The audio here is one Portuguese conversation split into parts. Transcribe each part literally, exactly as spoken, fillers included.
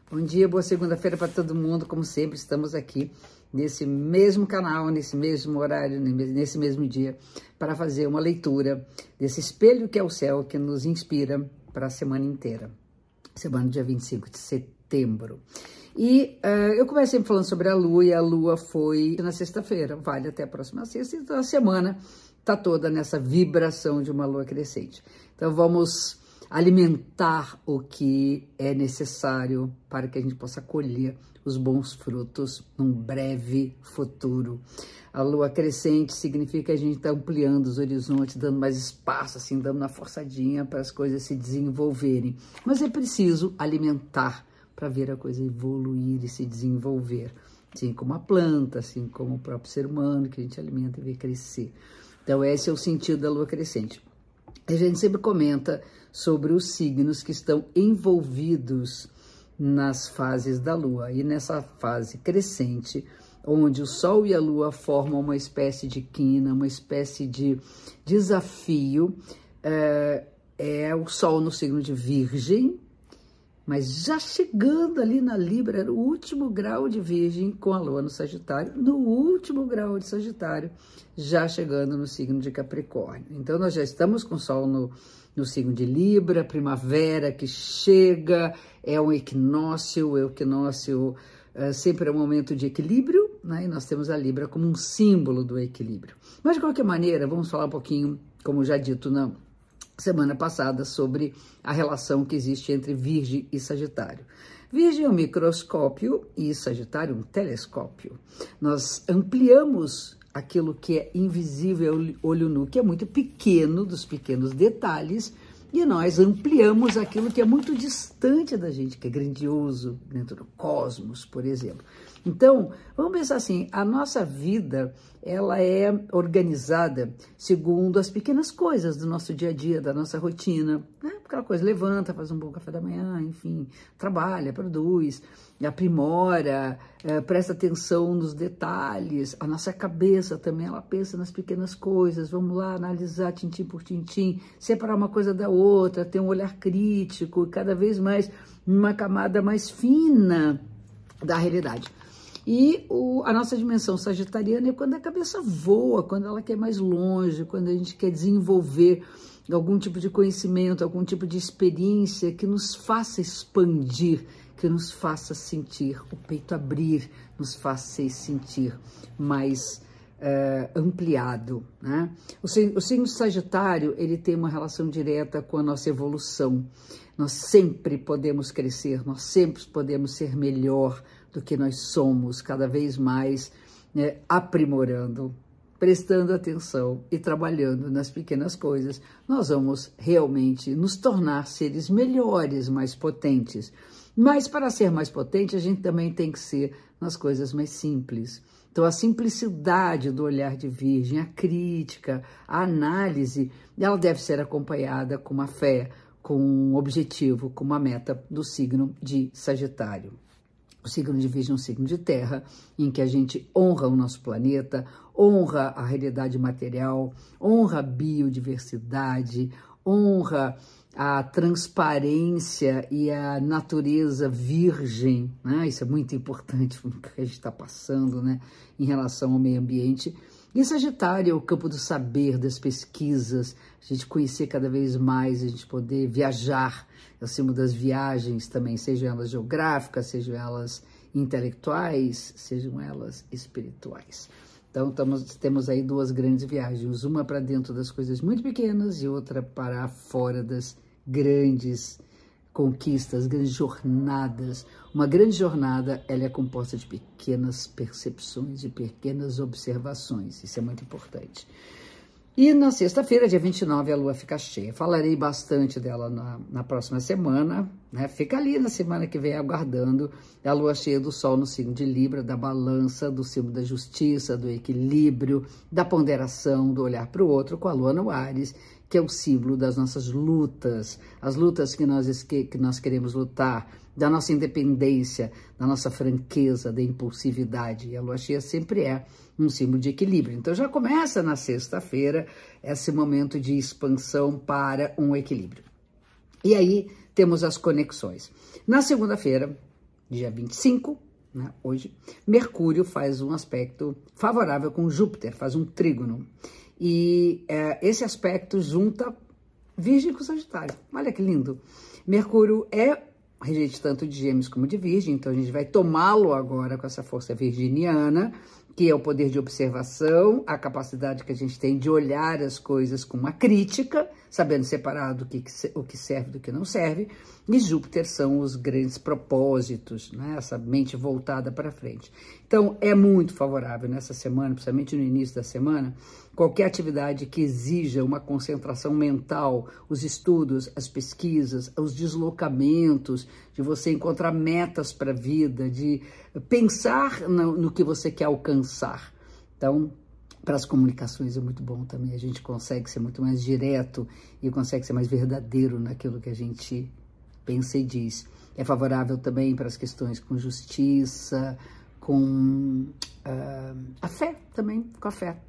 Bom dia, boa segunda-feira para todo mundo. Como sempre, estamos aqui nesse mesmo canal, nesse mesmo horário, nesse mesmo dia, para fazer uma leitura desse espelho que é o céu, que nos inspira para a semana inteira. Semana dia vinte e cinco de setembro. E uh, eu comecei falando sobre a Lua, e a Lua foi na sexta-feira, vale até a próxima sexta, então a semana está toda nessa vibração de uma Lua crescente. Então vamos alimentar o que é necessário para que a gente possa colher os bons frutos num breve futuro. A Lua crescente significa que a gente está ampliando os horizontes, dando mais espaço, assim, dando uma forçadinha para as coisas se desenvolverem. Mas é preciso alimentar para ver a coisa evoluir e se desenvolver, assim como a planta, assim como o próprio ser humano que a gente alimenta e vê crescer. Então esse é o sentido da Lua crescente. A gente sempre comenta sobre os signos que estão envolvidos nas fases da Lua. E nessa fase crescente, onde o Sol e a Lua formam uma espécie de quina, uma espécie de desafio, é, é o Sol no signo de Virgem, mas já chegando ali na Libra, era o último grau de Virgem com a Lua no Sagitário, no último grau de Sagitário, já chegando no signo de Capricórnio. Então, nós já estamos com o Sol no, no signo de Libra, primavera que chega, é um equinócio, o equinócio é, sempre é um momento de equilíbrio, né? E nós temos a Libra como um símbolo do equilíbrio. Mas, de qualquer maneira, vamos falar um pouquinho, como já dito, não. Semana passada, sobre a relação que existe entre Virgem e Sagitário. Virgem é um microscópio e Sagitário um telescópio. Nós ampliamos aquilo que é invisível ao olho nu, que é muito pequeno, dos pequenos detalhes, e nós ampliamos aquilo que é muito distante da gente, que é grandioso, dentro do cosmos, por exemplo. Então, vamos pensar assim, a nossa vida, ela é organizada segundo as pequenas coisas do nosso dia a dia, da nossa rotina, né? Aquela coisa, levanta, faz um bom café da manhã, enfim, trabalha, produz, aprimora, é, presta atenção nos detalhes. A nossa cabeça também, ela pensa nas pequenas coisas, vamos lá analisar tintim por tintim, separar uma coisa da outra, ter um olhar crítico, cada vez mais uma camada mais fina da realidade. E o, a nossa dimensão sagitariana é quando a cabeça voa, quando ela quer mais longe, quando a gente quer desenvolver algum tipo de conhecimento, algum tipo de experiência que nos faça expandir, que nos faça sentir o peito abrir, nos faça sentir mais uh, ampliado, né? O, o signo Sagitário, ele tem uma relação direta com a nossa evolução. Nós sempre podemos crescer, nós sempre podemos ser melhor do que nós somos, cada vez mais, né, aprimorando, prestando atenção e trabalhando nas pequenas coisas, nós vamos realmente nos tornar seres melhores, mais potentes. Mas para ser mais potente, a gente também tem que ser nas coisas mais simples. Então, a simplicidade do olhar de Virgem, a crítica, a análise, ela deve ser acompanhada com uma fé, com um objetivo, com uma meta do signo de Sagitário. O signo de Virgem é um signo de terra, em que a gente honra o nosso planeta, honra a realidade material, honra a biodiversidade, honra a transparência e a natureza virgem, né? Isso é muito importante no que a gente está passando, né? Em relação ao meio ambiente. E Sagitário é o campo do saber, das pesquisas, a gente conhecer cada vez mais, a gente poder viajar, acima das viagens também, sejam elas geográficas, sejam elas intelectuais, sejam elas espirituais. Então, estamos, temos aí duas grandes viagens, uma para dentro das coisas muito pequenas e outra para fora das grandes conquistas, grandes jornadas. Uma grande jornada, ela é composta de pequenas percepções, de pequenas observações, isso é muito importante. E na sexta-feira, dia vinte e nove, a Lua fica cheia. Falarei bastante dela na, na próxima semana, né? Fica ali na semana que vem aguardando a Lua cheia do Sol no signo de Libra, da balança, do signo da justiça, do equilíbrio, da ponderação, do olhar para o outro, com a Lua no Áries, que é o símbolo das nossas lutas, as lutas que nós, que nós queremos lutar, da nossa independência, da nossa franqueza, da impulsividade. E a Lua cheia sempre é um símbolo de equilíbrio. Então já começa na sexta-feira esse momento de expansão para um equilíbrio. E aí temos as conexões. Na segunda-feira, dia vinte e cinco, né, hoje, Mercúrio faz um aspecto favorável com Júpiter, faz um trígono. E é, esse aspecto junta Virgem com Sagitário. Olha que lindo. Mercúrio é regente tanto de Gêmeos como de Virgem, então a gente vai tomá-lo agora com essa força virginiana, que é o poder de observação, a capacidade que a gente tem de olhar as coisas com uma crítica, sabendo separar do que, o que serve do que não serve, e Júpiter são os grandes propósitos, né? Essa mente voltada para frente. Então, é muito favorável nessa semana, principalmente no início da semana, qualquer atividade que exija uma concentração mental, os estudos, as pesquisas, os deslocamentos, de você encontrar metas para a vida, de pensar no, no que você quer alcançar. Então, para as comunicações é muito bom também, a gente consegue ser muito mais direto e consegue ser mais verdadeiro naquilo que a gente pensa e diz. É favorável também para as questões com justiça, com uh, a fé também, com a fé.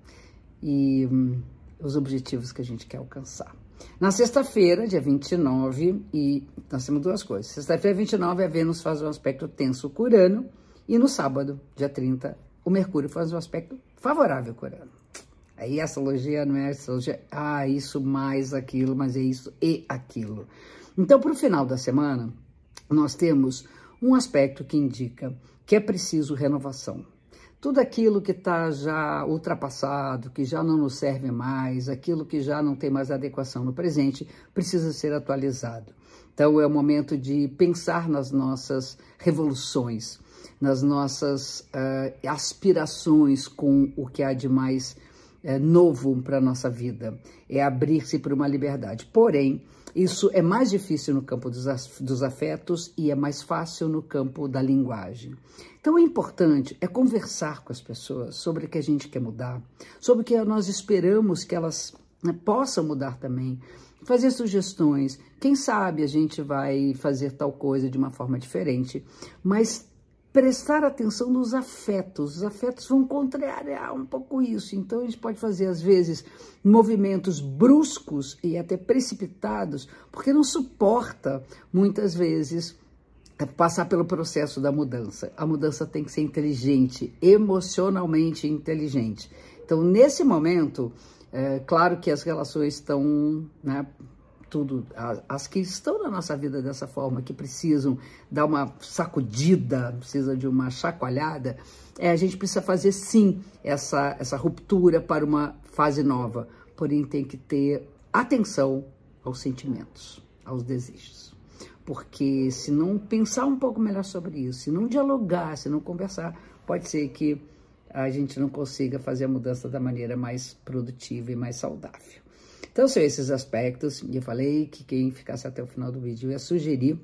E um, os objetivos que a gente quer alcançar. Na sexta-feira, dia vinte e nove, e nós temos duas coisas. Sexta-feira, vinte e nove, a Vênus faz um aspecto tenso com Urano, e no sábado, dia trinta, o Mercúrio faz um aspecto favorável com Urano. Aí essa astrologia não é astrologia, ah, isso mais aquilo, mas é isso e aquilo. Então, para o final da semana, nós temos um aspecto que indica que é preciso renovação. Tudo aquilo que está já ultrapassado, que já não nos serve mais, aquilo que já não tem mais adequação no presente, precisa ser atualizado. Então, é o momento de pensar nas nossas revoluções, nas nossas uh, aspirações com o que há de mais uh, novo para a nossa vida. É abrir-se para uma liberdade. Porém, isso é mais difícil no campo dos, dos afetos e é mais fácil no campo da linguagem. Então, o importante é conversar com as pessoas sobre o que a gente quer mudar, sobre o que nós esperamos que elas, né, possam mudar também, fazer sugestões. Quem sabe a gente vai fazer tal coisa de uma forma diferente, mas prestar atenção nos afetos. Os afetos vão contrariar um pouco isso. Então, a gente pode fazer, às vezes, movimentos bruscos e até precipitados, porque não suporta, muitas vezes, passar pelo processo da mudança. A mudança tem que ser inteligente, emocionalmente inteligente. Então, nesse momento, é claro que as relações estão, né, tudo, as que estão na nossa vida dessa forma, que precisam dar uma sacudida, precisa de uma chacoalhada, é, a gente precisa fazer sim essa, essa ruptura para uma fase nova, porém tem que ter atenção aos sentimentos, aos desejos. Porque se não pensar um pouco melhor sobre isso, se não dialogar, se não conversar, pode ser que a gente não consiga fazer a mudança da maneira mais produtiva e mais saudável. Então, são esses aspectos, e eu falei que quem ficasse até o final do vídeo ia sugerir.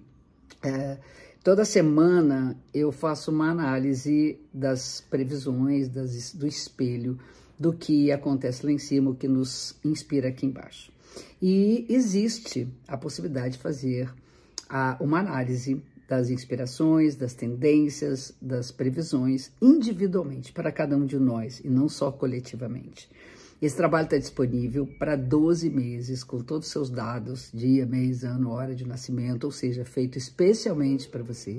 É, toda semana eu faço uma análise das previsões, das, do espelho, do que acontece lá em cima, o que nos inspira aqui embaixo. E existe a possibilidade de fazer a, uma análise das inspirações, das tendências, das previsões, individualmente, para cada um de nós, e não só coletivamente. Esse trabalho está disponível para doze meses, com todos os seus dados, dia, mês, ano, hora de nascimento, ou seja, feito especialmente para você.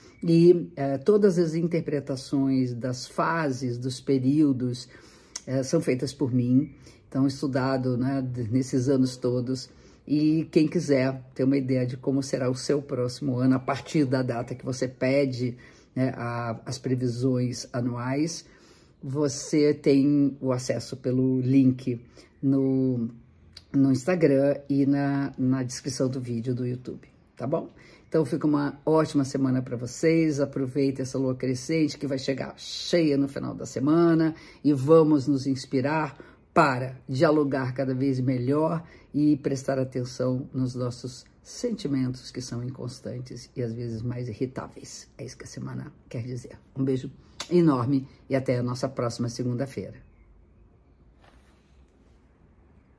E eh, todas as interpretações das fases, dos períodos, eh, são feitas por mim, então estudado, né, nesses anos todos. E quem quiser ter uma ideia de como será o seu próximo ano, a partir da data que você pede, né, a, as previsões anuais, você tem o acesso pelo link no, no Instagram e na, na descrição do vídeo do YouTube, tá bom? Então fica uma ótima semana para vocês, aproveita essa lua crescente que vai chegar cheia no final da semana e vamos nos inspirar para dialogar cada vez melhor e prestar atenção nos nossos sentimentos que são inconstantes e às vezes mais irritáveis. É isso que a semana quer dizer. Um beijo enorme e até a nossa próxima segunda-feira.